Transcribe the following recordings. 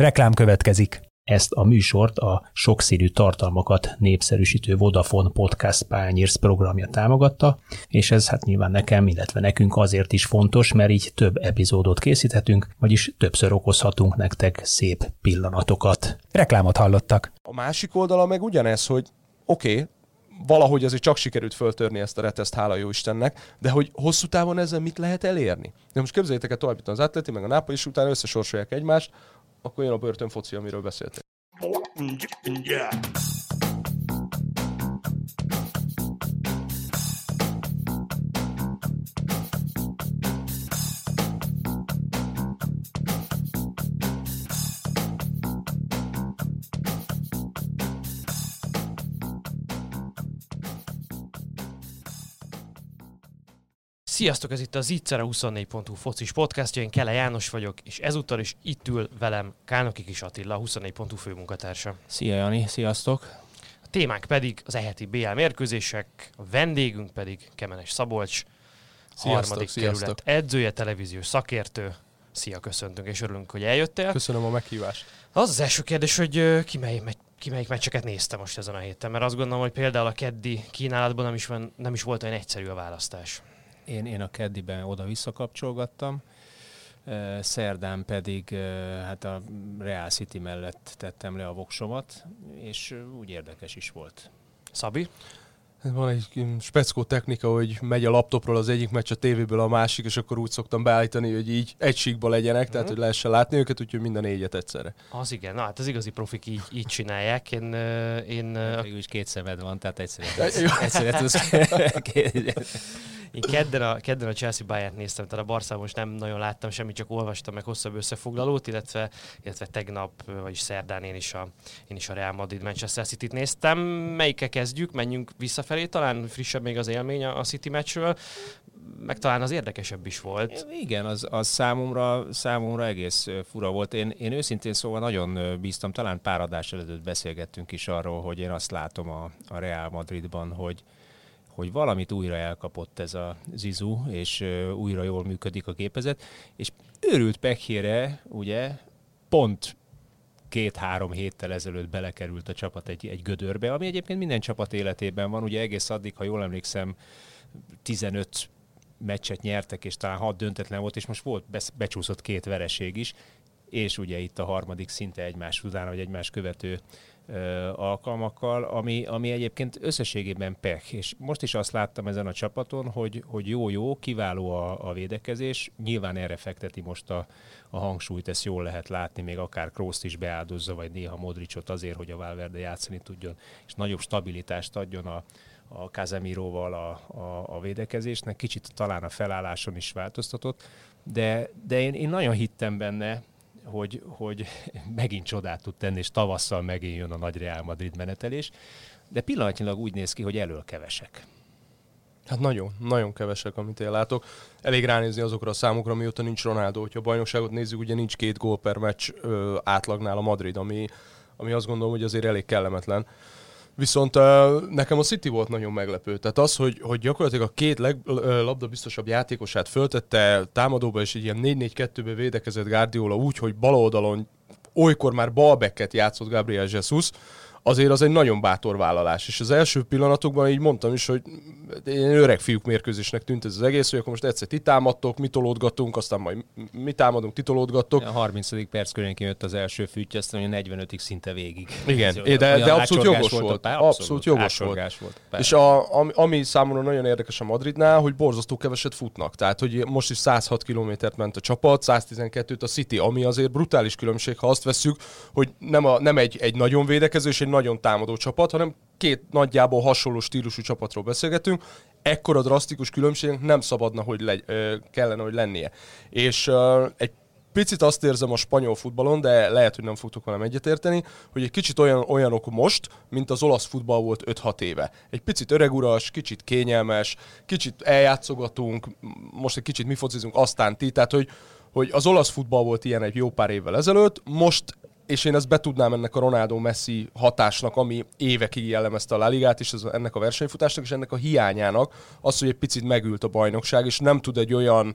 Reklám következik. Ezt a műsort a sokszínű tartalmakat népszerűsítő Vodafone Podcast Pioneers programja támogatta, és ez hát nyilván nekem, illetve nekünk azért is fontos, mert így több epizódot készíthetünk, vagyis többször okozhatunk nektek szép pillanatokat. Reklámot hallottak. A másik oldala meg ugyanez, hogy oké, valahogy azért csak sikerült föltörni ezt a reteszt, hála jó Istennek, de hogy hosszú távon ezzel mit lehet elérni? De most képzeljétek el tovább az Atleti, meg a Napoli, és utána összesorsolják egymást, akkor jön a börtönfoci, amiről beszéltél. Sziasztok, ez itt az Ittszer, a 24.hu focis podcastja, én Kele János vagyok, és ezúttal is itt ül velem Kálnoki Kis Attila, a 24.hu főmunkatársa. Szia Jani, sziasztok! A témánk pedig az eheti BL mérkőzések, a vendégünk pedig Kemenes Szabolcs, harmadik kerület edzője, televíziós szakértő. Szia, köszöntünk, és örülünk, hogy eljöttél. Köszönöm a meghívást. Az első kérdés, hogy ki melyik meccseket nézte most ezen a héten, mert azt gondolom, hogy például a keddi kínálatban nem is volt olyan egyszerű a választás. Én a keddiben oda-vissza kapcsolgattam, szerdán pedig hát a Real City mellett tettem le a voksomat, és úgy érdekes is volt. Szabi? Van egy speckó technika, hogy megy a laptopról az egyik meccs, a tévéből a másik, és akkor úgy szoktam beállítani, hogy így egy síkba legyenek, tehát hogy lehessen látni őket, úgyhogy mind a négyet egyszerre. Az igen, na hát az igazi profik így csinálják. Én is két szemed van, tehát egyszerre tudsz. Én kedden a Chelsea Bayern néztem, tehát a Barszában most nem nagyon láttam semmit, csak olvastam meg hosszabb összefoglalót, illetve tegnap, vagyis szerdán én is a Real Madrid Manchester City-t néztem. Melyikkel kezdjük? Menjünk visszafelé, talán frissebb még az élmény a City meccsről, meg talán az érdekesebb is volt. Igen, az számomra egész fura volt. Én őszintén szóval nagyon bíztam, talán pár adás előtt beszélgettünk is arról, hogy én azt látom a Real Madridban, hogy valamit újra elkapott ez a Zizou, és újra jól működik a gépezet, és őrült pekjére, ugye, pont 2-3 héttel ezelőtt belekerült a csapat egy gödörbe, ami egyébként minden csapat életében van, ugye egész addig, ha jól emlékszem, 15 meccset nyertek, és talán 6 döntetlen volt, és most volt becsúszott 2 vereség is, és ugye itt a harmadik szinte egymás után, vagy egymás követő alkalmakkal, ami egyébként összességében pech. És most is azt láttam ezen a csapaton, hogy jó, kiváló a védekezés, nyilván erre fekteti most a hangsúlyt, ezt jól lehet látni, még akár Krooszt is beáldozza, vagy néha Modricot azért, hogy a Valverde játszani tudjon, és nagyobb stabilitást adjon a Casemiróval a védekezésnek. Kicsit talán a felálláson is változtatott, de én nagyon hittem benne, hogy megint csodát tud tenni, és tavasszal megint jön a nagy Real Madrid menetelés, de pillanatnyilag úgy néz ki, hogy elől kevesek. Hát nagyon, nagyon kevesek, amit én látok. Elég ránézni azokra a számokra, mióta nincs Ronaldo. Hogyha a bajnokságot nézzük, ugye nincs 2 gól per meccs átlagnál a Madrid, ami azt gondolom, hogy azért elég kellemetlen. Viszont nekem a City volt nagyon meglepő. Tehát az, hogy gyakorlatilag a 2 leglabdabiztosabb játékosát föltette támadóba, és egy ilyen 4-4-2-be védekezett Guardiola úgy, hogy bal oldalon olykor már balbacket játszott Gabriel Jesus, azért az egy nagyon bátor vállalás. És az első pillanatokban így mondtam is, hogy ilyen öreg fiúk mérkőzésnek tűnt ez az egész, hogy akkor most egyszer ti támadtok, mi tolódgatunk, aztán majd mi támadunk, ti tolódgattok. A 30. perc környékén jött az első fűtje, aztán 45-ig szinte végig. Igen, de abszolút jogos volt. Abszolút jogos volt. És ami számomra nagyon érdekes a Madridnál, hogy borzasztó keveset futnak. Tehát, hogy most is 106 kilométert ment a csapat, 112-t a City, ami azért brutális különbség, ha azt vesszük, hogy nem egy nagyon védekező és egy nagyon támadó csapat, hanem 2 nagyjából hasonló stílusú csapatról beszélgetünk. Ekkora drasztikus különbségnek nem szabadna, hogy kellene, hogy lennie. És egy picit azt érzem a spanyol futballon, de lehet, hogy nem fogtok velem egyetérteni, hogy egy kicsit olyanok most, mint az olasz futball volt 5-6 éve. Egy picit öreguras, kicsit kényelmes, kicsit eljátszogatunk, most egy kicsit mi focizunk, aztán ti. Tehát, hogy az olasz futball volt ilyen egy jó pár évvel ezelőtt, most, és én ezt betudnám ennek a Ronaldo-Messi hatásnak, ami évekig jellemezte a La Ligát, és ennek a versenyfutásnak, és ennek a hiányának az, hogy egy picit megült a bajnokság, és nem tud egy olyan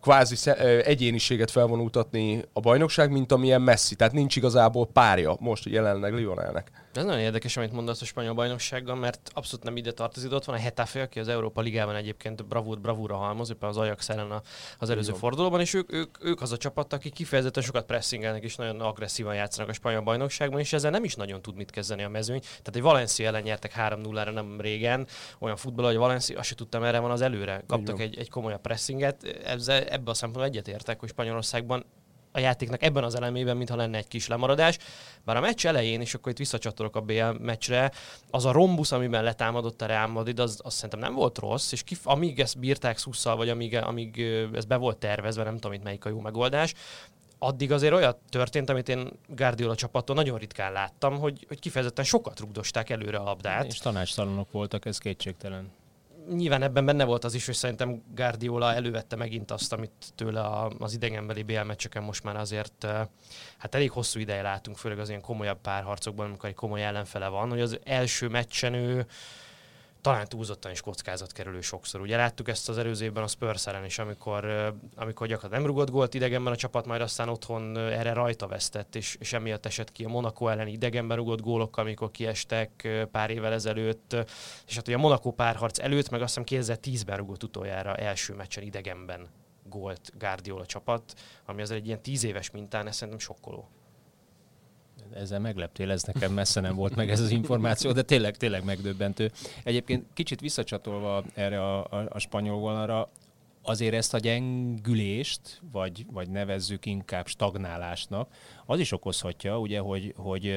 kvázi egyéniséget felvonultatni a bajnokság, mint amilyen Messi. Tehát nincs igazából párja most jelenleg Lionelnek. Ez nagyon érdekes, amit mondasz a spanyol bajnoksággal, mert abszolút nem ide tartozik. Ott van a Getafe, aki az Európa Ligában egyébként bravúra halmoz, éppen az Ajax ellen az előző fordulóban, és ők az a csapat, akik kifejezetten sokat pressingelnek, és nagyon agresszívan játszanak a spanyol bajnokságban, és ezzel nem is nagyon tud mit kezdeni a mezőny. Tehát egy Valencia ellen nyertek 3-0-ra nem régen, olyan futball, hogy Valencia, azt se tudtam, erre van az előre. Kaptak egy komolyabb pressinget, ebben a szempontból egyetértek, hogy Spanyolországban a játéknak ebben az elemében, mintha lenne egy kis lemaradás. Bár a meccs elején, és akkor itt visszacsatolok a BL meccsre, az a rombusz, amiben letámadott a Real Madrid, az szerintem nem volt rossz, és amíg ezt bírták szusszal, vagy amíg ez be volt tervezve, nem tudom itt melyik a jó megoldás, addig azért olyat történt, amit én Guardiola csapattól nagyon ritkán láttam, hogy kifejezetten sokat rugdosták előre a labdát. És tanácstalanok voltak, ez kétségtelen. Nyilván ebben benne volt az is, hogy szerintem Guardiola elővette megint azt, amit tőle az idegenbeli BL meccseken most már azért hát elég hosszú ideje látunk, főleg az ilyen komolyabb párharcokban, amikor egy komoly ellenfele van, hogy az első meccsen ő talán túlzottan is kockázatkerülő sokszor. Ugye láttuk ezt az előző évben a Spurs ellen is, amikor gyakorlatilag nem rugott gólt idegenben a csapat, majd aztán otthon erre rajta vesztett, és emiatt esett ki a Monaco ellen idegenben rugott gólokkal, amikor kiestek pár évvel ezelőtt. És hát ugye a Monaco párharc előtt, meg azt hiszem 2010-ben rugott utoljára első meccsen idegenben gólt Guardiola csapat, ami azért egy ilyen 10 éves mintán, ez szerintem sokkoló. Ezzel megleptél, ez nekem messze nem volt meg ez az információ, de tényleg megdöbbentő. Egyébként kicsit visszacsatolva erre a spanyol vonalra, azért ezt a gyengülést, vagy nevezzük inkább stagnálásnak, az is okozhatja, ugye, hogy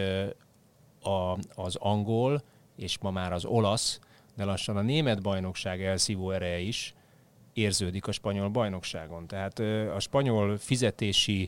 az angol, és ma már az olasz, de lassan a német bajnokság elszívó ereje is érződik a spanyol bajnokságon. Tehát a spanyol fizetési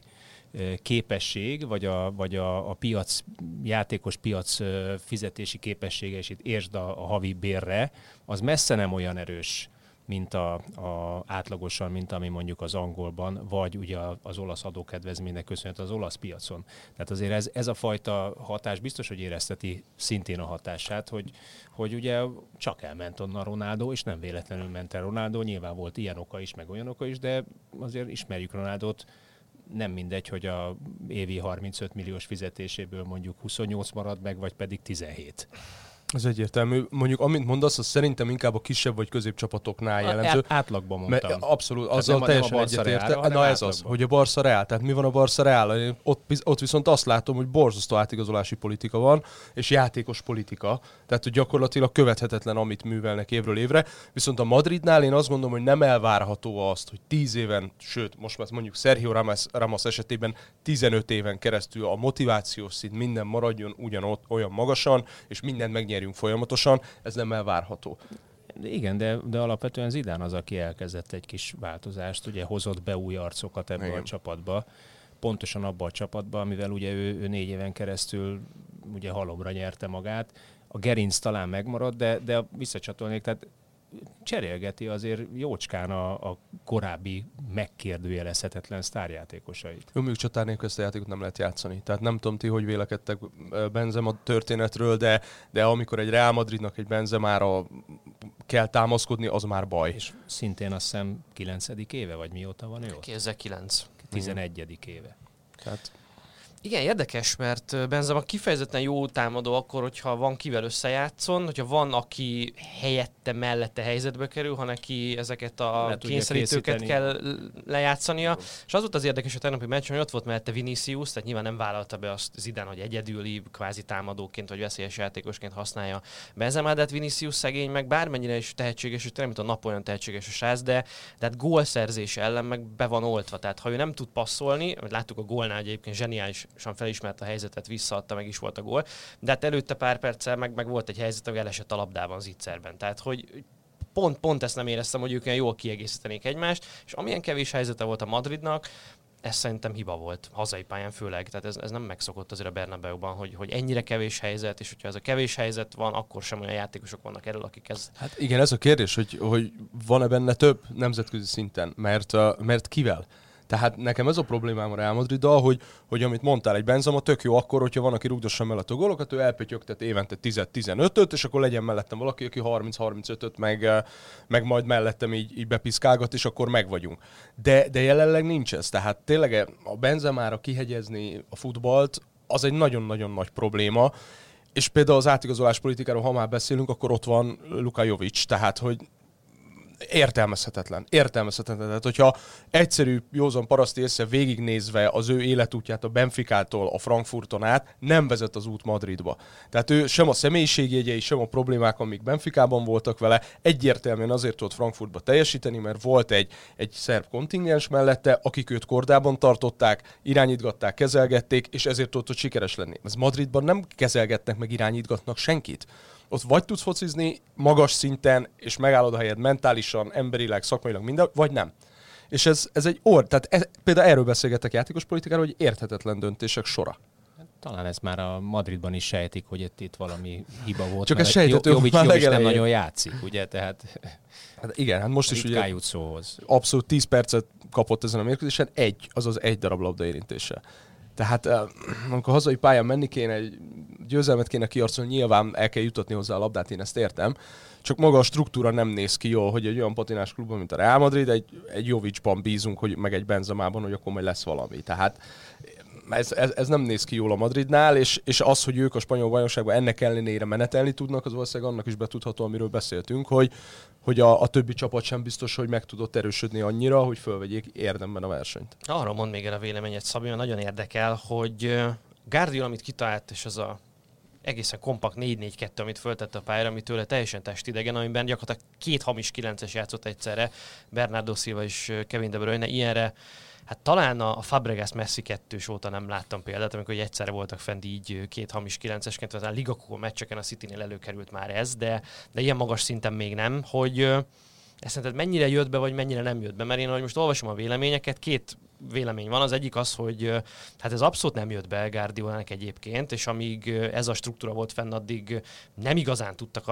képesség, vagy a piac, játékos piac fizetési képessége, és itt értsd a havi bérre, az messze nem olyan erős, mint átlagosan, mint ami mondjuk az angolban, vagy ugye az olasz adókedvezménynek köszönhetően az olasz piacon. Tehát azért ez a fajta hatás biztos, hogy érezteti szintén a hatását, hogy ugye csak elment onnan Ronaldo, és nem véletlenül ment el Ronaldo, nyilván volt ilyen oka is, meg olyan oka is, de azért ismerjük Ronaldot, nem mindegy, hogy a évi 35 milliós fizetéséből mondjuk 28 marad meg, vagy pedig 17. Ez egyértelmű. Mondjuk, amint mondasz, az szerintem inkább a kisebb vagy középcsapatoknál jellemző. Átlagban mondtam. Abszolút, azzal teljesen egyetértek. Na ez az, hogy a Barca Real. Tehát mi van a Barca Real? Ott viszont azt látom, hogy borzasztó átigazolási politika van, és játékos politika. Tehát, hogy gyakorlatilag követhetetlen, amit művelnek évről évre. Viszont a Madridnál én azt gondolom, hogy nem elvárható azt, hogy 10 éven, sőt, most már mondjuk Sergio Ramos esetében 15 éven keresztül a motivációs szint minden maradjon ugyanott, olyan magasan, és mindent megnyerjünk folyamatosan, ez nem elvárható. Igen, de alapvetően Zidane az, aki elkezdett egy kis változást, ugye hozott be új arcokat ebbe a csapatba, pontosan abba a csapatba, amivel ugye ő 4 éven keresztül ugye halomra nyerte magát. A gerinc talán megmaradt, de visszacsatolnék, tehát cserélgeti azért jócskán a korábbi megkérdőjelezhetetlen sztárjátékosait. Jó, mondjuk csatár nélkül ezt a játékot nem lehet játszani. Tehát nem tudom ti, hogy vélekedtek Benzema történetről, de amikor egy Real Madridnak egy Benzemára kell támaszkodni, az már baj. És szintén azt hiszem 9. éve, vagy mióta van ő ott? 2009. 11. éve. Tehát... Igen, érdekes, mert Benzema kifejezetten jó támadó akkor, hogyha van kivel összejátszon, hogyha van, aki helyette, mellette helyzetbe kerül, ha neki ezeket a kényszerítőket kell lejátszania. És az volt az érdekes a tegnapi meccsen, hogy ott volt mellette Vinicius, tehát nyilván nem vállalta be azt Zidane, hogy egyedüli, kvázi támadóként vagy veszélyes játékosként használja Benzema, de hát Vinicius szegény meg bármennyire is tehetséges, és tényleg, mint a nap olyan tehetséges a srác, de hát gólszerzés ellen meg be van oltva. Tehát ha ő nem tud passzolni, láttuk a gólnál egyébként zseniális felismert a helyzetet, visszaadta, meg is volt a gól. De hát előtte pár perccel meg volt egy helyzet, ami elesett a labdában zicserben. Tehát, hogy pont ezt nem éreztem, hogy ők olyan jól kiegészítenék egymást, és amilyen kevés helyzete volt a Madridnak, ez szerintem hiba volt, hazai pályán főleg. Tehát ez nem megszokott azért a Bernabeuban, hogy ennyire kevés helyzet, és hogyha ez a kevés helyzet van, akkor sem olyan játékosok vannak erről, akik ez... Hát igen, ez a kérdés, hogy van-e benne több nemzetközi szinten, mert kivel? Tehát nekem ez a problémám a Real Madriddal, hogy amit mondtál, egy Benzema tök jó akkor, hogyha van, aki rugdossa mellett a gólokat, ő elpötyögtet évente 10-15-öt, és akkor legyen mellettem valaki, aki 30-35-öt, meg majd mellettem így bepiszkálgat, és akkor meg vagyunk. De jelenleg nincs ez. Tehát tényleg a Benzemára kihegyezni a futballt, az egy nagyon-nagyon nagy probléma. És például az átigazolás politikáról, ha már beszélünk, akkor ott van Luka Jovic, tehát hogy értelmezhetetlen. Tehát, hogyha egyszerű, józan paraszti észre végignézve az ő életútját a Benficától a Frankfurton át, nem vezet az út Madridba. Tehát ő sem a személyiségjegyei, sem a problémák, amik Benficában voltak vele, egyértelműen azért tudott Frankfurtba teljesíteni, mert volt egy szerb kontingens mellette, akik őt kordában tartották, irányítgatták, kezelgették, és ezért tudott sikeres lenni. Ez Madridban nem kezelgetnek meg irányítgatnak senkit. Ott vagy tudsz focizni magas szinten, és megállod a helyed mentálisan, emberileg, szakmailag minden, vagy nem. És ez egy tehát például erről beszélgetek játékos politikáról, hogy érthetetlen döntések sora. Talán ez már a Madridban is sejtik, hogy itt valami hiba volt. Csak ez sejtető, hogy már Jovic nem nagyon játszik, ugye? Tehát hát igen, hát most is ugye szóhoz. Abszolút 10 percet kapott ezen a mérkőzésen, azaz egy darab labda érintése. Tehát amikor hazai pályán menni kéne, egy győzelmet kéne kiarcolni, nyilván el kell jutatni hozzá a labdát, én ezt értem. Csak maga a struktúra nem néz ki jól, hogy egy olyan patinás klubban, mint a Real Madrid, egy Jovicban bízunk, hogy meg egy Benzemában, hogy akkor majd lesz valami. Tehát ez nem néz ki jól a Madridnál, és az, hogy ők a spanyol bajnokságban ennek ellenére menetelni tudnak, az valószínűleg annak is betudható, amiről beszéltünk, hogy a többi csapat sem biztos, hogy meg tudott erősödni annyira, hogy fölvegyék érdemben a versenyt. Arra mond még el a véleményet, Szabi, mert nagyon érdekel, hogy Guardiola, amit kitalált, és az a egészen kompakt 4-4-2, amit föltette a pályára, ami tőle teljesen testidegen, amiben gyakorlatilag 2 hamis 9-es játszott egyszerre, Bernardo Silva és Kevin De Bruyne, ilyenre. Hát talán a Fabregas Messi 2-s óta nem láttam példát, amikor egyszerre voltak fent így 2 hamis 9-esként, tehát a Liga meccseken a Citynél előkerült már ez, de ilyen magas szinten még nem, hogy ezt szerinted mennyire jött be, vagy mennyire nem jött be, mert én, ahogy most olvasom a véleményeket, 2 vélemény van. Az egyik az, hogy hát ez abszolút nem jött be Guardiolának egyébként, és amíg ez a struktúra volt fenn, addig nem igazán tudtak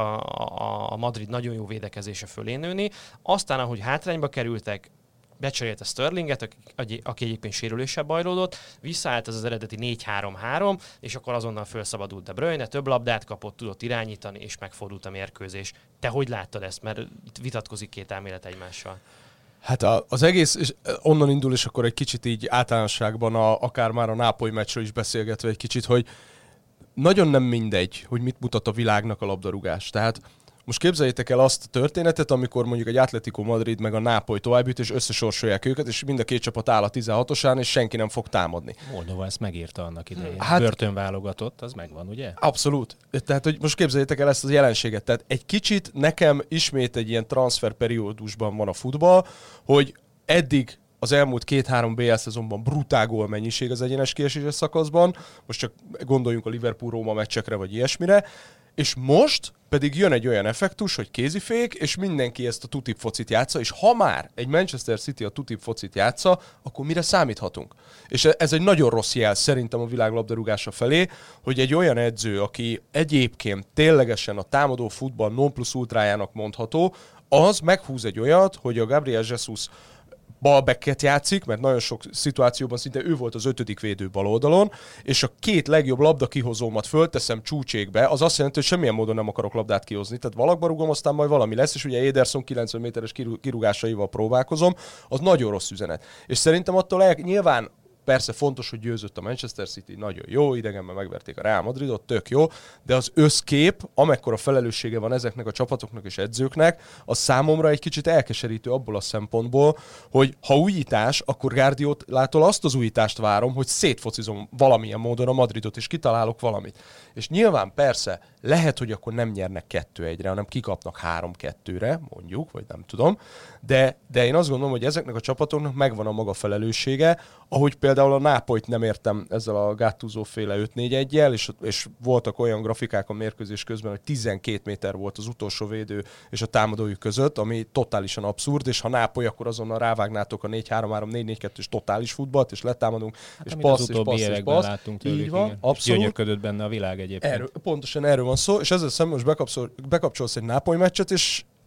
a Madrid nagyon jó védekezése fölé nőni. Aztán, ahogy hátrányba kerültek, becserélte Sterlinget, aki egyébként sérüléssel bajlódott, visszaállt az eredeti 4-3-3, és akkor azonnal felszabadult De Bruyne, több labdát kapott, tudott irányítani, és megfordult a mérkőzés. Te hogy láttad ezt? Mert itt vitatkozik 2 elmélet egymással. Hát az egész, és onnan indul, és akkor egy kicsit így általánosságban akár már a Nápoly meccsről is beszélgetve egy kicsit, hogy nagyon nem mindegy, hogy mit mutat a világnak a labdarúgás. Tehát most képzeljétek el azt a történetet, amikor mondjuk egy Atletico Madrid meg a Nápoly továbbjut, és összesorsolják őket, és mind a 2 csapat áll a 16-osán, és senki nem fog támadni. Moldova ezt megírta annak idején. Hát, börtönválogatott, az megvan, ugye? Abszolút. Tehát, hogy most képzeljétek el ezt a jelenséget. Tehát egy kicsit nekem ismét egy ilyen transferperiódusban van a futball, hogy eddig az elmúlt 2-3 BL szezonban brutál gól mennyiség az egyenes kieséses szakaszban, most csak gondoljunk a Liverpool-Róma meccsekre, vagy ilyesmire, és most pedig jön egy olyan effektus, hogy kézifék, és mindenki ezt a tutip focit játsza, és ha már egy Manchester City a tutip focit játsza, akkor mire számíthatunk? És ez egy nagyon rossz jel szerintem a világ labdarúgása felé, hogy egy olyan edző, aki egyébként ténylegesen a támadó futball non plus ultrájának mondható, az meghúz egy olyat, hogy a Gabriel Jesus balbacket játszik, mert nagyon sok szituációban szinte ő volt az 5. védő bal oldalon, és a 2 legjobb labda kihozómat fölteszem csúcségbe, az azt jelenti, hogy semmilyen módon nem akarok labdát kihozni, tehát valakba rugom, aztán majd valami lesz, és ugye Ederson 90 méteres kirúgásaival próbálkozom, az nagyon rossz üzenet. És szerintem attól nyilván persze fontos, hogy győzött a Manchester City, nagyon jó, idegenben megverték a Real Madridot, tök jó, de az összkép, amekkora felelőssége van ezeknek a csapatoknak és edzőknek, az számomra egy kicsit elkeserítő abból a szempontból, hogy ha újítás, akkor Guardiolától azt az újítást várom, hogy szétfocizom valamilyen módon a Madridot, és kitalálok valamit. És nyilván persze lehet, hogy akkor nem nyernek 2-1-re, hanem kikapnak 3-2-re, mondjuk, vagy nem tudom, de én azt gondolom, hogy ezeknek a csapatoknak megvan a maga felelőssége, ahogy például a Nápolyt nem értem ezzel a Gattuso-féle 5-4-1-jel, és voltak olyan grafikák a mérkőzés közben, hogy 12 méter volt az utolsó védő és a támadójuk között, ami totálisan abszurd, és ha Nápoly, akkor azonnal rávágnátok a 4-3-3, 4-4-2-es totális futballt, és letámadunk, hát, és passz, és passz, és passz. Láttunk tőlük, így van, abszolút. Gyönyörködött benne a világ egyébként. Pontosan erről van szó, és ezzel szemben most bekapcsolsz egy Nápoly meccset, és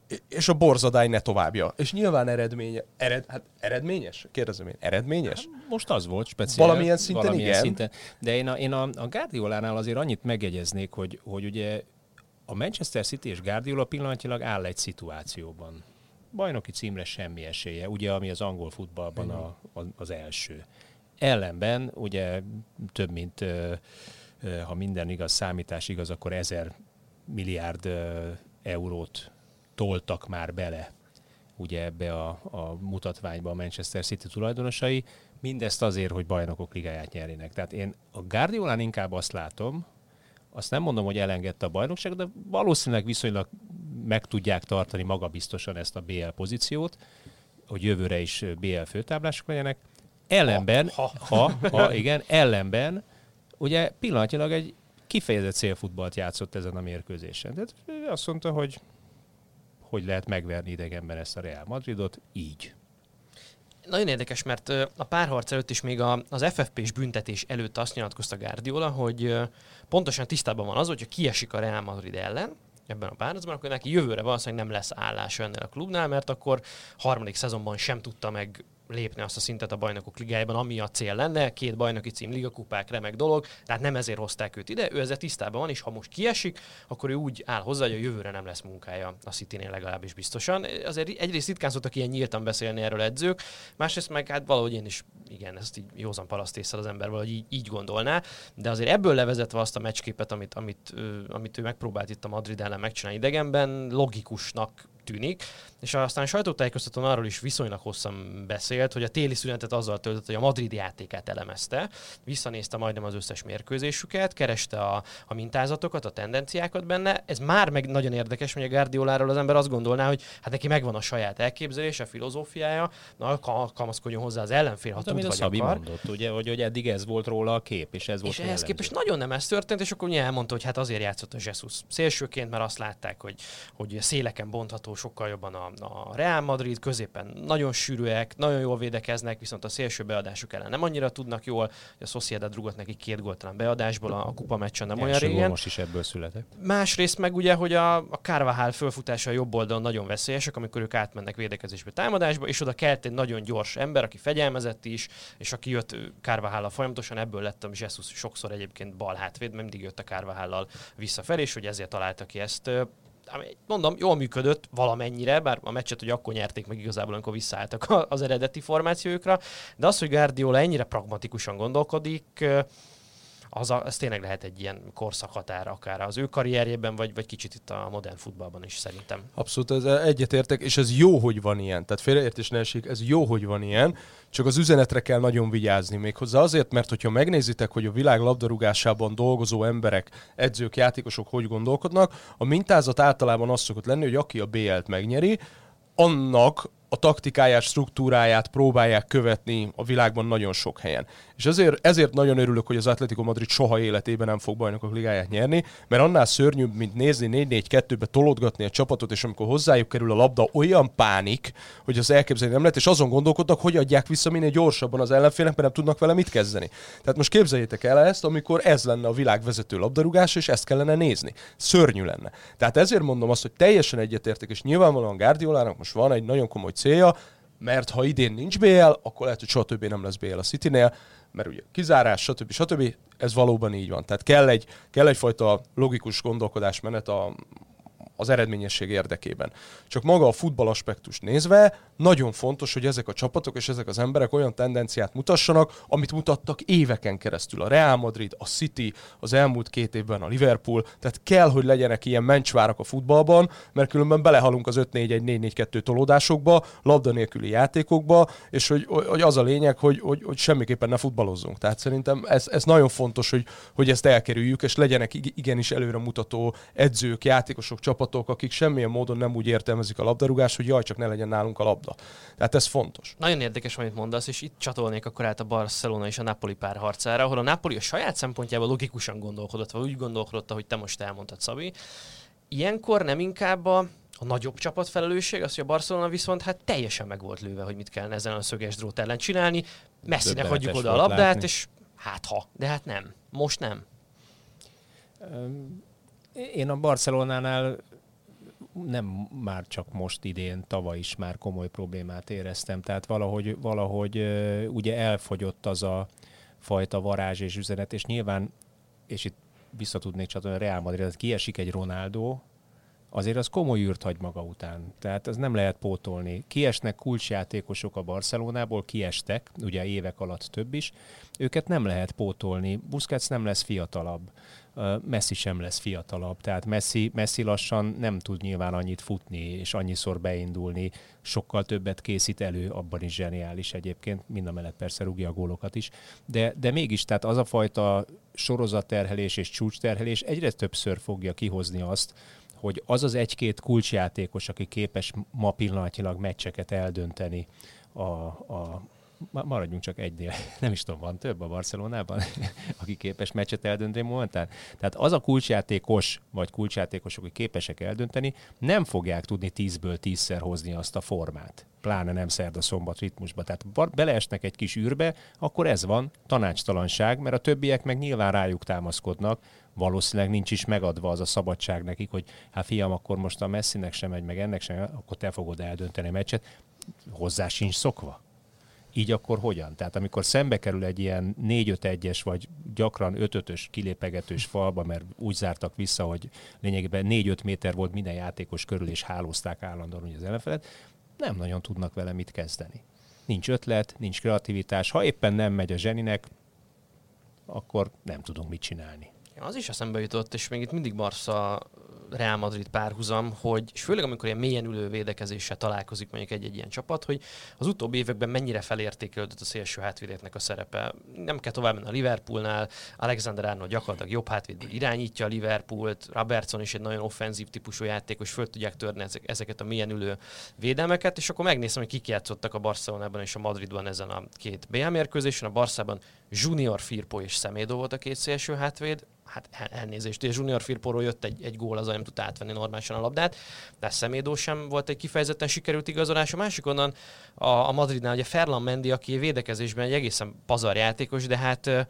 és a borzadály ne továbbja. És nyilván eredményes? Kérdezem én, eredményes? Most az volt speciális. Valamilyen szinten igen. Szinten. De én a Guardiolánál azért annyit megjegyeznék, hogy ugye a Manchester City és Guardiola pillanatilag áll egy szituációban. Bajnoki címre semmi esélye, ugye, ami az angol futballban az első. Ellenben ugye több mint, ha minden igaz, számítás igaz, akkor 1000 milliárd eurót toltak már bele ugye ebbe a mutatványba a Manchester City tulajdonosai, mindezt azért, hogy bajnokok ligáját nyerjenek. Tehát én a Guardiolán inkább azt látom, azt nem mondom, hogy elengedte a bajnokságot, de valószínűleg viszonylag meg tudják tartani magabiztosan ezt a BL pozíciót, hogy jövőre is BL főtáblások legyenek. Ellenben, ellenben, ugye pillanatilag egy kifejezett célfutballt játszott ezen a mérkőzésen. De azt mondta, hogy lehet megverni idegenben ezt a Real Madridot, így. Nagyon érdekes, mert a párharc előtt is még az FFP-s büntetés előtt azt nyilatkozta Guardiola, hogy pontosan tisztában van az, hogyha kiesik a Real Madrid ellen ebben a párharcban, akkor neki jövőre valószínűleg nem lesz állása ennél a klubnál, mert akkor harmadik szezonban sem tudta meg lépni azt a szintet a bajnokok ligájában, ami a cél lenne, 2 bajnoki cím, ligakupák, remek dolog, tehát nem ezért hozták őt ide, ő ezzel tisztában van, és ha most kiesik, akkor ő úgy áll hozzá, hogy a jövőre nem lesz munkája a Citynél legalábbis biztosan. Azért egyrészt ritkán szoktak ilyen nyíltan beszélni erről edzők, másrészt meg hát valahogy én is, igen, ezt így józan parasztésszel az ember valahogy így gondolná, de azért ebből levezetve azt a meccsképet, amit ő megpróbált itt a Madrid ellen megcsinálni idegenben, logikusnak tűnik, és aztán a sajtótájékoztatón arról is viszonylag hosszan beszélt, hogy a téli szünetet azzal töltött, hogy a Madrid játékát elemezte, visszanézte majdnem az összes mérkőzésüket, kereste a mintázatokat, a tendenciákat benne. Ez már meg nagyon érdekes, hogy a Guardioláról az ember azt gondolná, hogy hát neki megvan a saját elképzelése, a filozófiája, alkalmazkodjon hozzá az ellenfél, ha tud vagy akar. Mondott, ugye, hogy eddig ez volt róla a kép, és ez volt. És ehhez képest nagyon nem ez történt, és akkor ugye elmondta, hogy hát azért játszott a Jesus szélsőként, mert azt látták, hogy széleken bontható sokkal jobban a Real Madrid, középen nagyon sűrűek, nagyon jól védekeznek, viszont a szélső beadásuk ellen nem annyira tudnak jól. A Sociedad rugott neki 2 góltalan beadásból a kupa meccsen nem olyan régen. Most is ebből született. Másrészt meg ugye, hogy a Carvajal fölfutása a jobb oldalon nagyon veszélyesek, amikor ők átmennek védekezésbe, támadásba, és oda kelt egy nagyon gyors ember, aki fegyelmezett is, és aki jött Carvajallal folyamatosan, ebből lett a Jesus sokszor egyébként bal hátvéd, mert mindig jött a Carvajallal visszafelé, és hogy ezért találta ki ezt. Mondom, jól működött valamennyire, bár a meccset ugye akkor nyerték meg igazából, amikor visszaálltak az eredeti formációjukra, de az, hogy Guardiola ennyire pragmatikusan gondolkodik, az tényleg lehet egy ilyen korszakhatár akár az ő karrierjében, vagy kicsit itt a modern futballban is szerintem. Abszolút, ez egyetértek, és ez jó, hogy van ilyen. Tehát félreértés ne esik, ez jó, hogy van ilyen, csak az üzenetre kell nagyon vigyázni. Méghozzá azért, mert hogyha megnézitek, hogy a világ labdarúgásában dolgozó emberek, edzők, játékosok hogy gondolkodnak, a mintázat általában az szokott lenni, hogy aki a BL-t megnyeri, annak a taktikáját, struktúráját próbálják követni a világban nagyon sok helyen. És ezért nagyon örülök, hogy az Atletico Madrid soha életében nem fog bajnokok ligáját nyerni, mert annál szörnyűbb, mint nézni 4-4-2-be tolodgatni a csapatot, és amikor hozzájuk kerül a labda, olyan pánik, hogy az elképzelni nem lehet, és azon gondolkodnak, hogy adják vissza minél gyorsabban az ellenfélnek, mert nem tudnak vele mit kezdeni. Tehát most képzeljétek el ezt, amikor ez lenne a világ vezető labdarúgás, és ezt kellene nézni. Szörnyű lenne. Tehát ezért mondom azt, hogy teljesen egyetértek, és nyilvánvalóan Guardiolának most van egy nagyon komoly célja, mert ha idén nincs BL, akkor lehet, hogy soha többé nem lesz BL a Citynél, mert ugye kizárás, stb. Ez valóban így van. Tehát kell egyfajta logikus gondolkodásmenet az eredményesség érdekében. Csak maga a futball aspektust nézve, nagyon fontos, hogy ezek a csapatok és ezek az emberek olyan tendenciát mutassanak, amit mutattak éveken keresztül. A Real Madrid, a City, az elmúlt 2 évben a Liverpool, tehát kell, hogy legyenek ilyen mencsvárak a futballban, mert különben belehalunk az 5-4-1, 4-4-2 tolódásokba, labda nélküli játékokba, és hogy az a lényeg, hogy semmiképpen ne futballozzunk. Tehát szerintem ez nagyon fontos, hogy ezt elkerüljük, és legyenek igenis előremutató edzők, játékosok, csapatok, akik semmilyen módon nem úgy értelmezik a labdarúgást, hogy jaj, csak ne legyen nálunk a labda. Tehát ez fontos. Nagyon érdekes, amit mondasz, és itt csatolnék akkor át a Barcelona és a Napoli párharcára, ahol a Napoli a saját szempontjából logikusan gondolkodott, vagy úgy gondolkodott, ahogy te most elmondtad, Szabi. Ilyenkor nem inkább a nagyobb csapat felelősség, az, hogy a Barcelona viszont hát teljesen meg volt lőve, hogy mit kellene ezen a szöges drót ellen csinálni. Messzinek hagyjuk oda a labdát, látni. És de hát nem. Most nem. Én a Barcelonánál nem már csak most idén, tavaly is már komoly problémát éreztem. Tehát valahogy ugye elfogyott az a fajta varázs és üzenet, és nyilván, és itt vissza tudnék csatolni a Real Madrid, kiesik egy Ronaldo, azért az komoly űrt hagy maga után. Tehát ez nem lehet pótolni. Kiesnek kulcsjátékosok a Barcelonából, kiestek, ugye évek alatt több is, őket nem lehet pótolni. Busquets nem lesz fiatalabb, Messi sem lesz fiatalabb, tehát Messi lassan nem tud nyilván annyit futni, és annyiszor beindulni, sokkal többet készít elő, abban is zseniális egyébként, mindamellett persze rúgja a gólokat is, de mégis, tehát az a fajta sorozatterhelés és csúcsterhelés egyre többször fogja kihozni azt, hogy az az egy-két kulcsjátékos, aki képes ma pillanatnyilag meccseket eldönteni, maradjunk csak egynél, nem is tudom, van több a Barcelonában, aki képes meccset eldönteni momentán. Tehát az a kulcsjátékos, vagy kulcsjátékosok, akik képesek eldönteni, nem fogják tudni 10-ből 10-szer hozni azt a formát. Pláne nem szerda-szombat ritmusba. Tehát beleesnek egy kis űrbe, akkor ez van, tanácstalanság, mert a többiek meg nyilván rájuk támaszkodnak, valószínűleg nincs is megadva az a szabadság nekik, hogy hát fiam, akkor most a Messinek sem megy, meg ennek sem, akkor te fogod eldönteni a meccset. Hozzá sincs szokva. Így akkor hogyan? Tehát amikor szembe kerül egy ilyen 4-5-1-es, vagy gyakran 5-5-ös kilépegetős falba, mert úgy zártak vissza, hogy lényegében 4-5 méter volt minden játékos körül, és hálózták állandóan az ellenfelet, nem nagyon tudnak vele mit kezdeni. Nincs ötlet, nincs kreativitás. Ha éppen nem megy a zseninek, akkor nem tudunk mit csinálni. Az is eszembe jutott, és még itt mindig Barca Real Madrid párhuzam, hogy, és főleg amikor ilyen mélyen ülő védekezéssel találkozik mondjuk egy ilyen csapat, hogy az utóbbi években mennyire felértékelődött a szélső hátvédeknek a szerepe. Nem kell tovább menni a Liverpoolnál, Alexander-Arnold gyakorlatilag jobb hátvédből irányítja a Liverpoolt, Robertson is egy nagyon offenzív típusú játékos, föl tudják törni ezeket a mélyen ülő védelmeket, és akkor megnézem, hogy kik játszottak a Barcelonában és a Madridban ezen a két BL mérkőzésen. A Barszában Junior Firpo és Semedo volt a két szélső hátvéd. Hát elnézést, és Junior Firpóról jött egy gól, az nem tudta átvenni normálisan a labdát, de Semedo sem volt egy kifejezetten sikerült igazolás. A másik onnan a Madridnál ugye Ferland Mendy, aki védekezésben egy egészen pazar játékos, de hát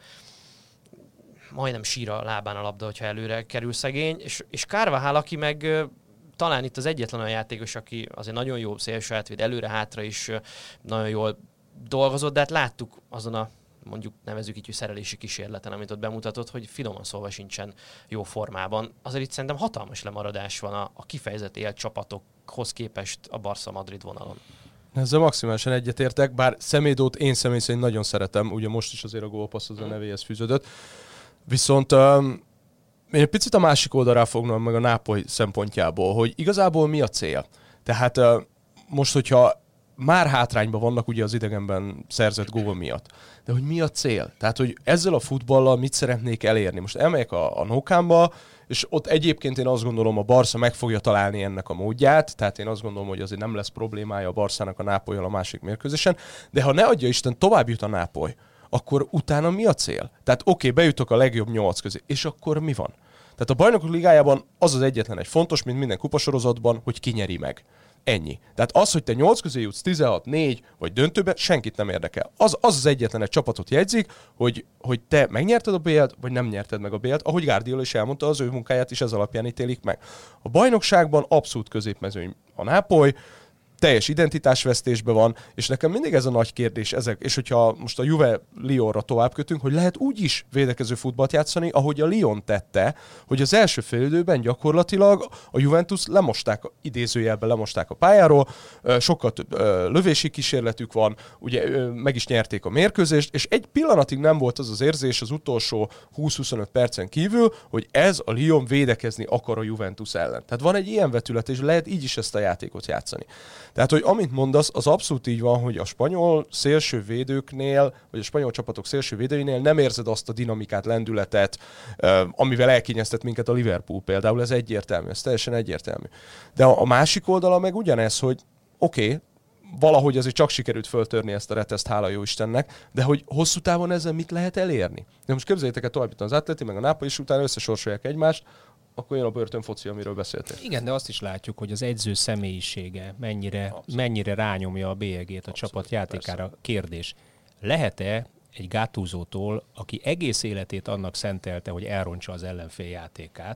majdnem sír a lábán a labda, hogyha előre kerül szegény, és Carvajal, aki meg talán itt az egyetlen olyan játékos, aki azért nagyon jó szélső hátvéd, előre-hátra is nagyon jól dolgozott, de hát láttuk azon a mondjuk nevezzük így, hogy szerelési kísérleten, amit ott bemutatott, hogy finoman szólva sincsen jó formában. Azért itt szerintem hatalmas lemaradás van a kifejezett élt csapatokhoz képest a Barca-Madrid vonalon. Ezzel maximálisan egyetértek, bár Semédót én személy szerint nagyon szeretem, ugye most is azért a gólpassz az a nevéhez fűződött. Viszont én egy picit a másik oldalra fognom meg a Nápoly szempontjából, hogy igazából mi a cél. Tehát most, hogyha már hátrányban vannak ugye az idegenben szerzett gól miatt. De hogy mi a cél? Tehát, hogy ezzel a futballal mit szeretnék elérni? Most elmegyek a Nou Campba, és ott egyébként én azt gondolom, a Barca meg fogja találni ennek a módját, tehát én azt gondolom, hogy azért nem lesz problémája a Barszának a Nápollyal a másik mérkőzésen, de ha ne adja Isten, tovább jut a Nápoly, akkor utána mi a cél? Tehát oké, bejutok a legjobb 8 közé, és akkor mi van? Tehát a Bajnokok Ligájában az az egyetlen egy fontos, mint minden kupasorozatban, hogy ki nyeri meg. Ennyi. Tehát az, hogy te 8 közé jutsz 16-4 vagy döntőbe, senkit nem érdekel. Az egyetlen egy csapatot jegyzik, hogy te megnyerted a BL-t, vagy nem nyerted meg a BL-t, ahogy Guardiola is elmondta, az ő munkáját is ez alapján ítélik meg. A bajnokságban abszolút középmezőny a Nápoly, teljes identitásvesztésben van, és nekem mindig ez a nagy kérdés, és hogyha most a Juve Lyonra tovább kötünk, hogy lehet úgy is védekező futballt játszani, ahogy a Lyon tette, hogy az első félidőben gyakorlatilag a Juventus idézőjelben lemosták a pályáról, sokkal több lövési kísérletük van, ugye meg is nyerték a mérkőzést, és egy pillanatig nem volt az az érzés az utolsó 20-25 percen kívül, hogy ez a Lyon védekezni akar a Juventus ellen. Tehát van egy ilyen vetület, és lehet így is ezt a játékot játszani. Tehát, hogy amit mondasz, az abszolút így van, hogy a spanyol szélsővédőknél, vagy a spanyol csapatok szélsővédőinél nem érzed azt a dinamikát, lendületet, amivel elkényeztet minket a Liverpool például, ez egyértelmű, ez teljesen egyértelmű. De a másik oldala meg ugyanez, hogy oké, valahogy azért csak sikerült föltörni ezt a reteszt, hála jó Istennek, de hogy hosszú távon ezzel mit lehet elérni? De most képzeljétek el tovább az Atleti, meg a Nápoly, és utána összesorsolják egymást, akkor jön a börtönfoci, amiről beszéltél. Igen, de azt is látjuk, hogy az edző személyisége mennyire rányomja a bélyegét a csapat játékára. Persze. Kérdés, lehet-e egy Gattusótól, aki egész életét annak szentelte, hogy elrontsa az ellenfél játékát,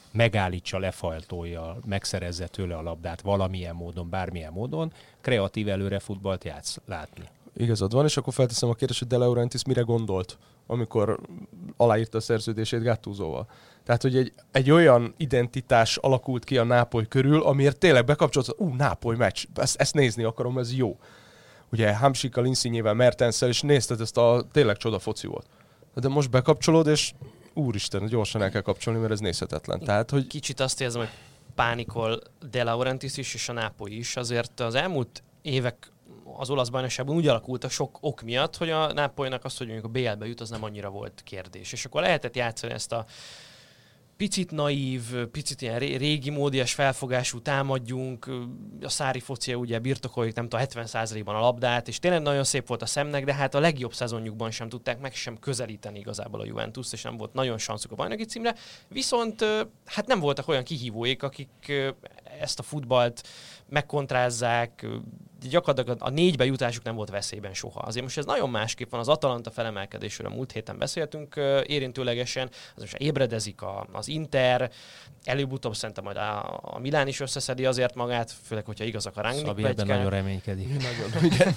megállítsa, lefajtolja, megszerezze tőle a labdát valamilyen módon, bármilyen módon, kreatív előre futballt látni. Igazad van, és akkor felteszem a kérdést, hogy De Laurentiis mire gondolt, amikor aláírta a szerződését Gattusoval. Tehát, hogy egy olyan identitás alakult ki a Nápoly körül, amiért tényleg bekapcsolódott, Nápoly meccs, ezt nézni akarom, ez jó. Ugye Hamsikkal, Insignével, Mertenssel, és nézted, ezt a tényleg csoda foci volt. De most bekapcsolód, és úristen, gyorsan el kell kapcsolni, mert ez nézhetetlen. Tehát, hogy... Kicsit azt érzem, hogy pánikol De Laurentiis is, és a Nápoly is. Azért az elmúlt évek az olasz bajnokságban úgy alakult a sok ok miatt, hogy a Nápolynak azt, hogy mondjuk a BL-be jut, az nem annyira volt kérdés. És akkor lehetett játszani ezt a picit naív, picit ilyen régi módias felfogású támadjunk, a Sarri focia ugye birtokoljuk, nem tudom, 70%-ban a labdát, és tényleg nagyon szép volt a szemnek, de hát a legjobb szezonjukban sem tudták meg sem közelíteni igazából a Juventus, és nem volt nagyon sanszuk a bajnoki címre, viszont hát nem voltak olyan kihívóik, akik ezt a futballt megkontrázzák, gyakorlatilag a 4-be jutásuk nem volt veszélyben soha. Azért most ez nagyon másképp van, az Atalanta felemelkedésről a múlt héten beszéltünk érintőlegesen, az most ébredezik az Inter, előbb-utóbb szerintem majd a Milán is összeszedi azért magát, főleg, hogyha igazak a rangnick. Szabi ebben nagyon reménykedik. Nagyon, igen.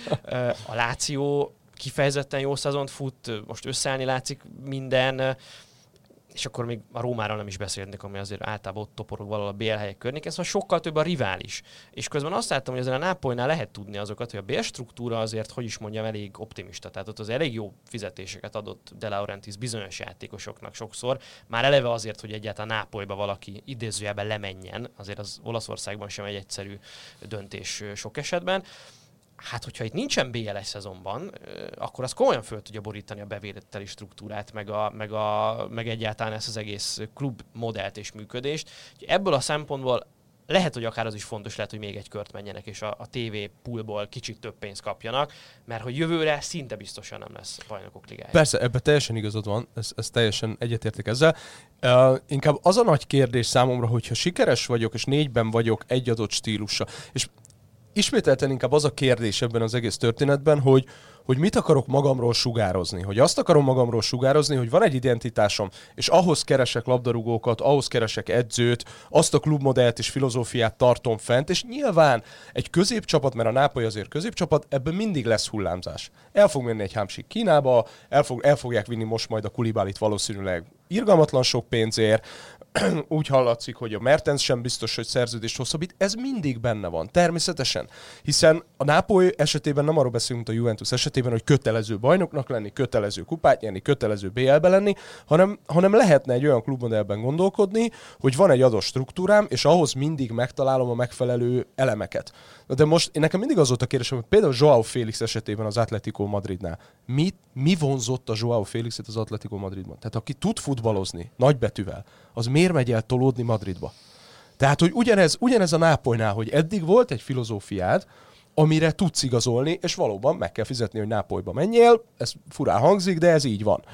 A Lazio kifejezetten jó szezont fut, most összeállni látszik minden, és akkor még a Rómáról nem is beszélnék, ami azért általában ott toporog valahol a BL helyek környéken, szóval sokkal több a rivális. És közben azt láttam, hogy azért a Nápolynál lehet tudni azokat, hogy a BL struktúra azért, hogy is mondjam, elég optimista. Tehát ott az elég jó fizetéseket adott De Laurentiis bizonyos játékosoknak sokszor. Már eleve azért, hogy egyáltalán Nápolyba valaki idézőjelben lemenjen, azért az Olaszországban sem egy egyszerű döntés sok esetben. Hát, hogyha itt nincsen BL1 szezonban, akkor az komolyan föl tudja borítani a bevételi struktúrát, meg egyáltalán ezt az egész klub modellt és működést. Ebből a szempontból lehet, hogy akár az is fontos lehet, hogy még egy kört menjenek, és a TV poolból kicsit több pénzt kapjanak, mert hogy jövőre szinte biztosan nem lesz bajnokok ligája. Persze, ebben teljesen igazad van, ez teljesen egyetértek ezzel. Inkább az a nagy kérdés számomra, hogyha sikeres vagyok, és 4-ben vagyok egy adott stílussal, és ismételten inkább az a kérdés ebben az egész történetben, hogy mit akarok magamról sugározni. Hogy azt akarom magamról sugározni, hogy van egy identitásom, és ahhoz keresek labdarúgókat, ahhoz keresek edzőt, azt a klubmodellt és filozófiát tartom fent, és nyilván egy középcsapat, mert a Nápoly azért középcsapat, ebben mindig lesz hullámzás. El fog menni egy Hamsik Kínába, el fogják vinni most majd a Koulibalyt valószínűleg irgalmatlan sok pénzért, úgy hallatszik, hogy a Mertens sem biztos, hogy szerződést hosszabbít, ez mindig benne van, természetesen. Hiszen a Nápoly esetében nem arról beszélünk, mint a Juventus esetében, hogy kötelező bajnoknak lenni, kötelező kupát nyerni, kötelező BL-be lenni, hanem lehetne egy olyan klubmodellben gondolkodni, hogy van egy adott struktúrám, és ahhoz mindig megtalálom a megfelelő elemeket. De most nekem mindig az volt a kérdésem, hogy például Joao Félix esetében az Atlético Madridnál. Mi vonzott a Joao Félixet az Atlético Madridban? Tehát aki tud futballozni nagybetűvel, az miért megy el tolódni Madridba? Tehát, hogy ugyanez a Nápolynál, hogy eddig volt egy filozófiád, amire tudsz igazolni, és valóban meg kell fizetni, hogy Nápolyba menjél, ez furán hangzik, de ez így van.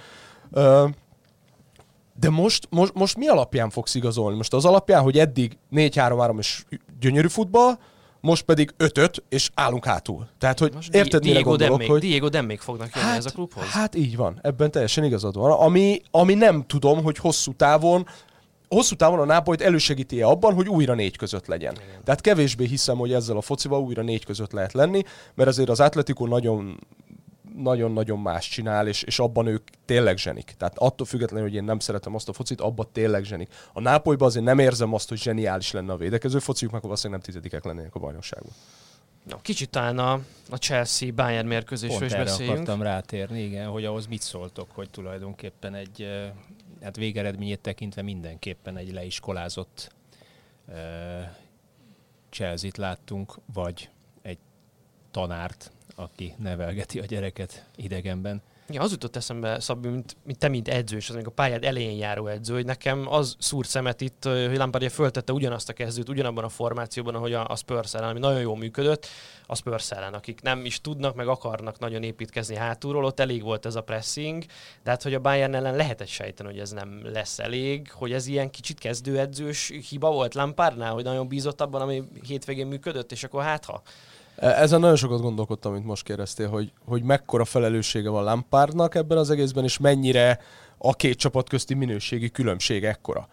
De most mi alapján fogsz igazolni? Most az alapján, hogy eddig 4-3-3 és gyönyörű futball, most pedig 5-5, és állunk hátul. Tehát, hogy most érted, mire gondolok, hogy... Diego Demmék fognak jönni ez a klubhoz? Hát így van, ebben teljesen igazad van. Ami nem tudom, hogy hosszú távon a Nápolyt elősegíti abban, hogy újra 4 között legyen. Igen. Tehát kevésbé hiszem, hogy ezzel a focival újra 4 között lehet lenni, mert azért az Atlético nagyon-nagyon más csinál, és abban ők tényleg zsenik. Tehát attól függetlenül, hogy én nem szeretem azt a focit, abban tényleg zsenik. A Nápolyban azért nem érzem azt, hogy zseniális lenne a védekező fociuk, meg valószínűleg nem 10-ek lennének a bajnokságban. Na, kicsit talán a Chelsea-Bayern mérkőzésről is beszéljünk. Pont erre akartam rátérni, igen, hogy ahhoz mit szóltok, hogy tulajdonképpen egy hát végeredményét tekintve mindenképpen egy leiskolázott Chelsea-t láttunk, vagy egy tanárt, aki nevelgeti a gyereket idegenben. Ja, az jutott eszembe, Szabi, mint te, mint edző, és az még a pályád elején járó edző, hogy nekem az szúrt szemet itt, hogy Lampard föltette ugyanazt a kezdőt, ugyanabban a formációban, ahogy a Spurs ellen, ami nagyon jól működött, a Spurs ellen, akik nem is tudnak, meg akarnak nagyon építkezni hátulról, ott elég volt ez a pressing, de hát, hogy a Bayern ellen lehetett sejteni, hogy ez nem lesz elég, hogy ez ilyen kicsit kezdőedzős hiba volt Lampardnál, hogy nagyon bízott abban, ami hétvégén működött, és akkor hátha. Ezen nagyon sokat gondolkodtam, mint most kérdeztél, hogy mekkora felelőssége van Lampardnak ebben az egészben, és mennyire a két csapat közti minőségi különbség ekkora.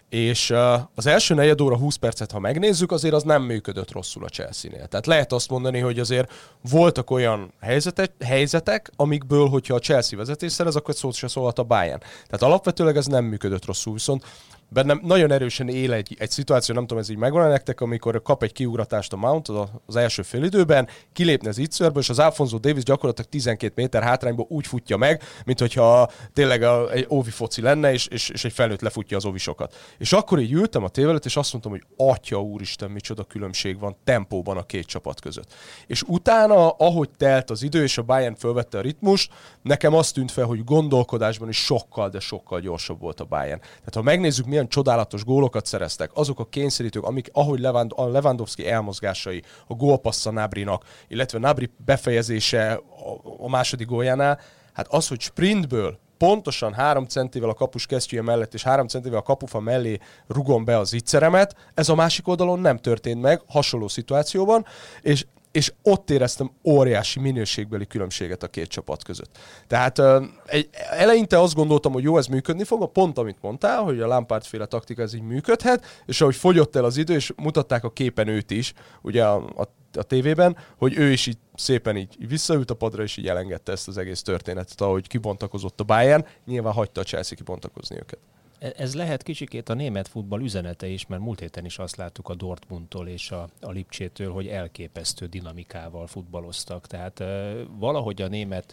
És az első negyed óra 20 percet, ha megnézzük, azért az nem működött rosszul a Chelsea-nél. Tehát lehet azt mondani, hogy azért voltak olyan helyzetek, amikből, hogyha a Chelsea vezetés szerez, akkor szót se szólhat a Bayern. Tehát alapvetőleg ez nem működött rosszul, viszont bennem nagyon erősen él egy szituáció, nem tudom, ez így megvan nektek, amikor kap egy kiugratást a Mount az első félidőben, kilépne az Itzörből, és az Alphonso Davies gyakorlatilag 12 méter hátrányból úgy futja meg, mint hogyha tényleg egy óvi foci lenne, és egy felnőtt lefutja az óvisokat. És akkor így ültem a tévé előtt, és azt mondtam, hogy atya úristen, micsoda különbség van tempóban a két csapat között. És utána, ahogy telt az idő, és a Bayern fölvette a ritmust, nekem azt tűnt fel, hogy gondolkodásban is sokkal, de sokkal gyorsabb volt a Bayern. Tehát ha megnézzük, milyen csodálatos gólokat szereztek, azok a kényszerítők, ahogy a Lewandowski elmozgásai, a gólpassza Nabrinak, illetve Nabri befejezése a második góljánál, hát az, hogy sprintből pontosan 3 centivel a kapus kesztyűje mellett és 3 centivel a kapufa mellé rugom be az Itzeremet, ez a másik oldalon nem történt meg, hasonló szituációban, és ott éreztem óriási minőségbeli különbséget a két csapat között. Tehát eleinte azt gondoltam, hogy jó, ez működni fog, pont amit mondtál, hogy a Lampard-féle taktika ez így működhet, és ahogy fogyott el az idő, és mutatták a képen őt is, ugye a tévében, hogy ő is így szépen így visszaült a padra, és így elengedte ezt az egész történetet, ahogy kibontakozott a Bayern, nyilván hagyta a Chelsea kibontakozni őket. Ez lehet kicsikét a német futball üzenete is, mert múlt héten is azt láttuk a Dortmundtól és a Lipcsétől, hogy elképesztő dinamikával futballoztak. Tehát valahogy a német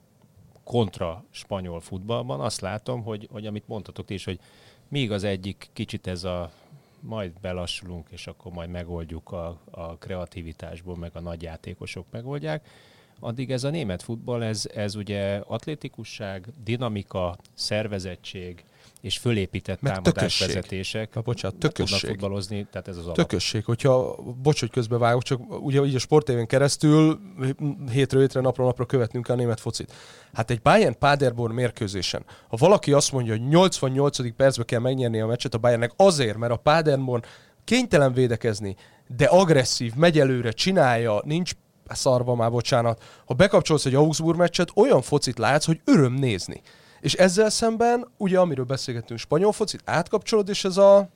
kontra spanyol futballban azt látom, hogy amit mondtatok ti is, hogy míg az egyik kicsit ez a majd belassulunk, és akkor majd megoldjuk a kreativitásból, meg a nagy játékosok megoldják, addig ez a német futball, ez ugye atlétikusság, dinamika, szervezettség, és fölépített támadásvezetések. Tökösség. Tudnak futballozni, tehát ez az alap. Tökösség. Hogyha, bocs, hogy közbevágok, csak ugye így a Sport TV-n keresztül hétről hétre, napról napra követnünk kell a német focit. Hát egy Bayern-Paderborn mérkőzésen, ha valaki azt mondja, hogy 88. percben kell megnyerni a meccset a Bayernnek azért, mert a Paderborn kénytelen védekezni, de agresszív, megy előre, csinálja, nincs szarva már, bocsánat. Ha bekapcsolsz egy Augsburg meccset, olyan focit látsz, hogy öröm nézni. És ezzel szemben, ugye amiről beszélgettünk, spanyol focit, átkapcsolod, és ez a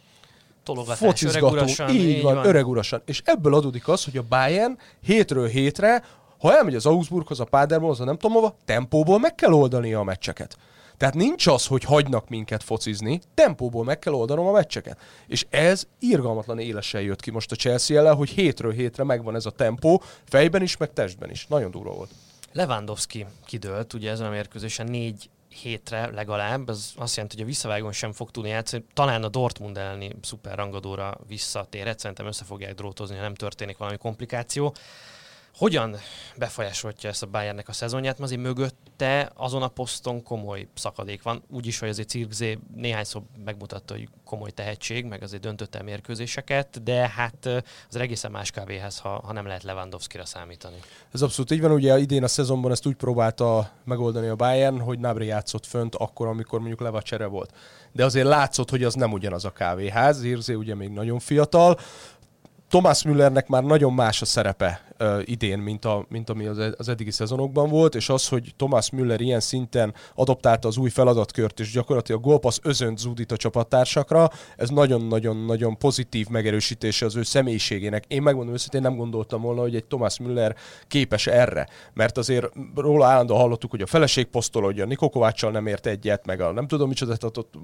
tologatás, öregurasan. Így van, öregurasan. És ebből adódik az, hogy a Bayern hétről hétre, ha elmegy az Augsburghoz, a Paderbornhoz, a nem tudom hova, tempóból meg kell oldania a meccseket. Tehát nincs az, hogy hagynak minket focizni, tempóból meg kell oldanom a meccseket. És ez irgalmatlan élesen jött ki most a Chelsea ellen, hogy hétről hétre megvan ez a tempó, fejben is, meg testben is. Nagyon durva volt. Lewandowski kidőlt, ugye ezen a mérkőzésen 4 hétre legalább, ez azt jelenti, hogy a visszavágón sem fog tudni játszani, talán a Dortmund elleni szuper rangadóra visszatérhet, szerintem össze fogják drótozni, ha nem történik valami komplikáció. Hogyan befolyásolja ezt a Bayernnek a szezonját? Mert azért mögötte azon a poszton komoly szakadék van. Úgyis, hogy azért Zirkzee néhányszor megmutatta, hogy komoly tehetség, meg azért döntött el mérkőzéseket, de hát az egészen más kávéhez, ha nem lehet Lewandowskira számítani. Ez abszolút így van, ugye idén a szezonban ezt úgy próbálta megoldani a Bayern, hogy Gnabry játszott fönt akkor, amikor mondjuk Leva csere volt. De azért látszott, hogy az nem ugyanaz a kávéház, Zirkzee ugye még nagyon fiatal, Thomas Müllernek már nagyon más a szerepe idén, mint ami az eddigi szezonokban volt, és az, hogy Thomas Müller ilyen szinten adoptálta az új feladatkört, és gyakorlatilag a gólpassz özönt zúdít a csapattársakra, ez nagyon-nagyon-nagyon pozitív megerősítése az ő személyiségének. Én megmondom őszintén, nem gondoltam volna, hogy egy Thomas Müller képes erre, mert azért róla állandóan hallottuk, hogy a feleség posztolódja, Niko Kováccsal nem ért egyet, meg a nem tudom micsoda,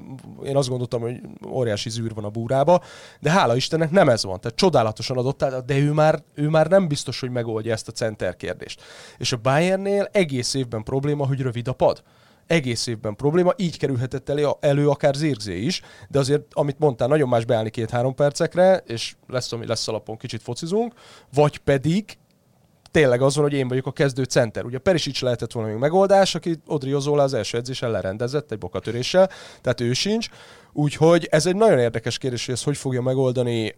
én azt gondoltam, hogy óriási zűr van a búrába, de hála Istennek nem ez van, tehát csodálatosan adott, de ő már nem biztos, hogy megoldja ezt a center kérdést. És a Bayernnél egész évben probléma, hogy rövid a pad. Egész évben probléma, így kerülhetett elő akár Zirkzee is, de azért, amit mondtál, nagyon más beállni 2-3 percekre, és lesz, ami lesz alapon, kicsit focizunk, vagy pedig tényleg az van, hogy én vagyok a kezdő center. Ugye Perisic lehetett volna még megoldás, aki Odriozola az első edzésen lerendezett egy bokatöréssel, tehát ő sincs. Úgyhogy ez egy nagyon érdekes kérdés, hogy ezt hogy fogja megoldani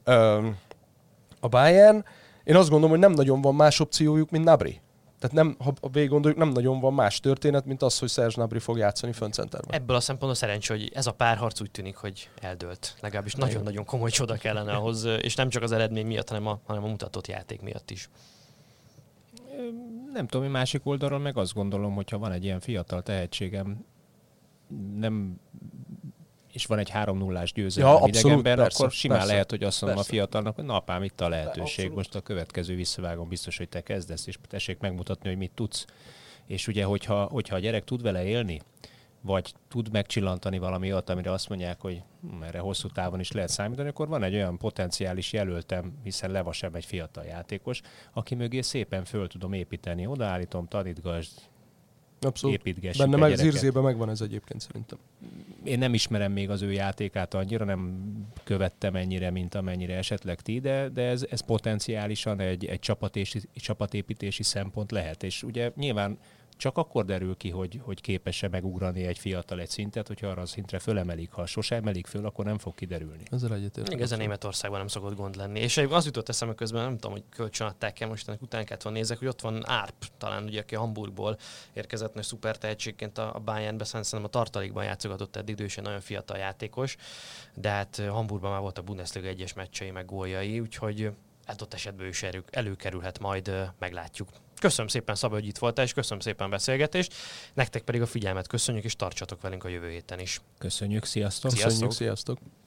a Bayern. Én azt gondolom, hogy nem nagyon van más opciójuk, mint Gnabry. Tehát nem, ha végig gondoljuk, nem nagyon van más történet, mint az, hogy Serge Gnabry fog játszani föntcenterben. Ebből a szempontból szerencsé, hogy ez a párharc úgy tűnik, hogy eldőlt. Legalábbis nagyon-nagyon komoly csoda kellene ahhoz, és nem csak az eredmény miatt, hanem a mutatott játék miatt is. Nem tudom, hogy másik oldalról meg azt gondolom, hogyha van egy ilyen fiatal tehetségem, és van egy 3-0-ás győzelem idegenben, persze, akkor simán persze, lehet, hogy azt mondom persze. a fiatalnak, hogy na apám, itt a lehetőség, Abszolút. most a következő visszavágon biztos, hogy te kezdesz, és tessék megmutatni, hogy mit tudsz. És ugye, hogyha a gyerek tud vele élni, vagy tud megcsillantani valami olyat, amire azt mondják, hogy erre hosszú távon is lehet számítani, akkor van egy olyan potenciális jelöltem, hiszen Leva sem egy fiatal játékos, aki mögé szépen föl tudom építeni. Odaállítom, tanítgasd, építgessük. Benne meg Zirzében megvan ez egyébként szerintem. Én nem ismerem még az ő játékát annyira, nem követtem ennyire, mint amennyire esetleg ti, de ez potenciálisan egy csapatépítési szempont lehet. És ugye nyilván csak akkor derül ki, hogy képes-e megugrani egy fiatal egy szintet, hogyha arra a szintre fölemelik. Ha sose emelik föl, akkor nem fog kiderülni. Ezzel egyetértek. Ez a Németországban nem szokott gond lenni. És az jutott eszembe közben, nem tudom, hogy kölcsönadták-e, most ennek után kellett volna nézek, hogy ott van Árp, talán ugye, aki Hamburgból érkezett nagy szuper tehetségként a Bayernbe, szerintem a tartalékban játszogatott eddig, de ő is egy nagyon fiatal játékos, de hát Hamburgban már volt a Bundesliga egyes meccsei, meg góljai, úgyhogy adott esetben is előkerülhet, majd meglátjuk. Köszönöm szépen, Szabó, hogy itt voltál, és köszönöm szépen a beszélgetést. Nektek pedig a figyelmet köszönjük, és tartsatok velünk a jövő héten is. Köszönjük, sziasztok! Köszönjük, sziasztok!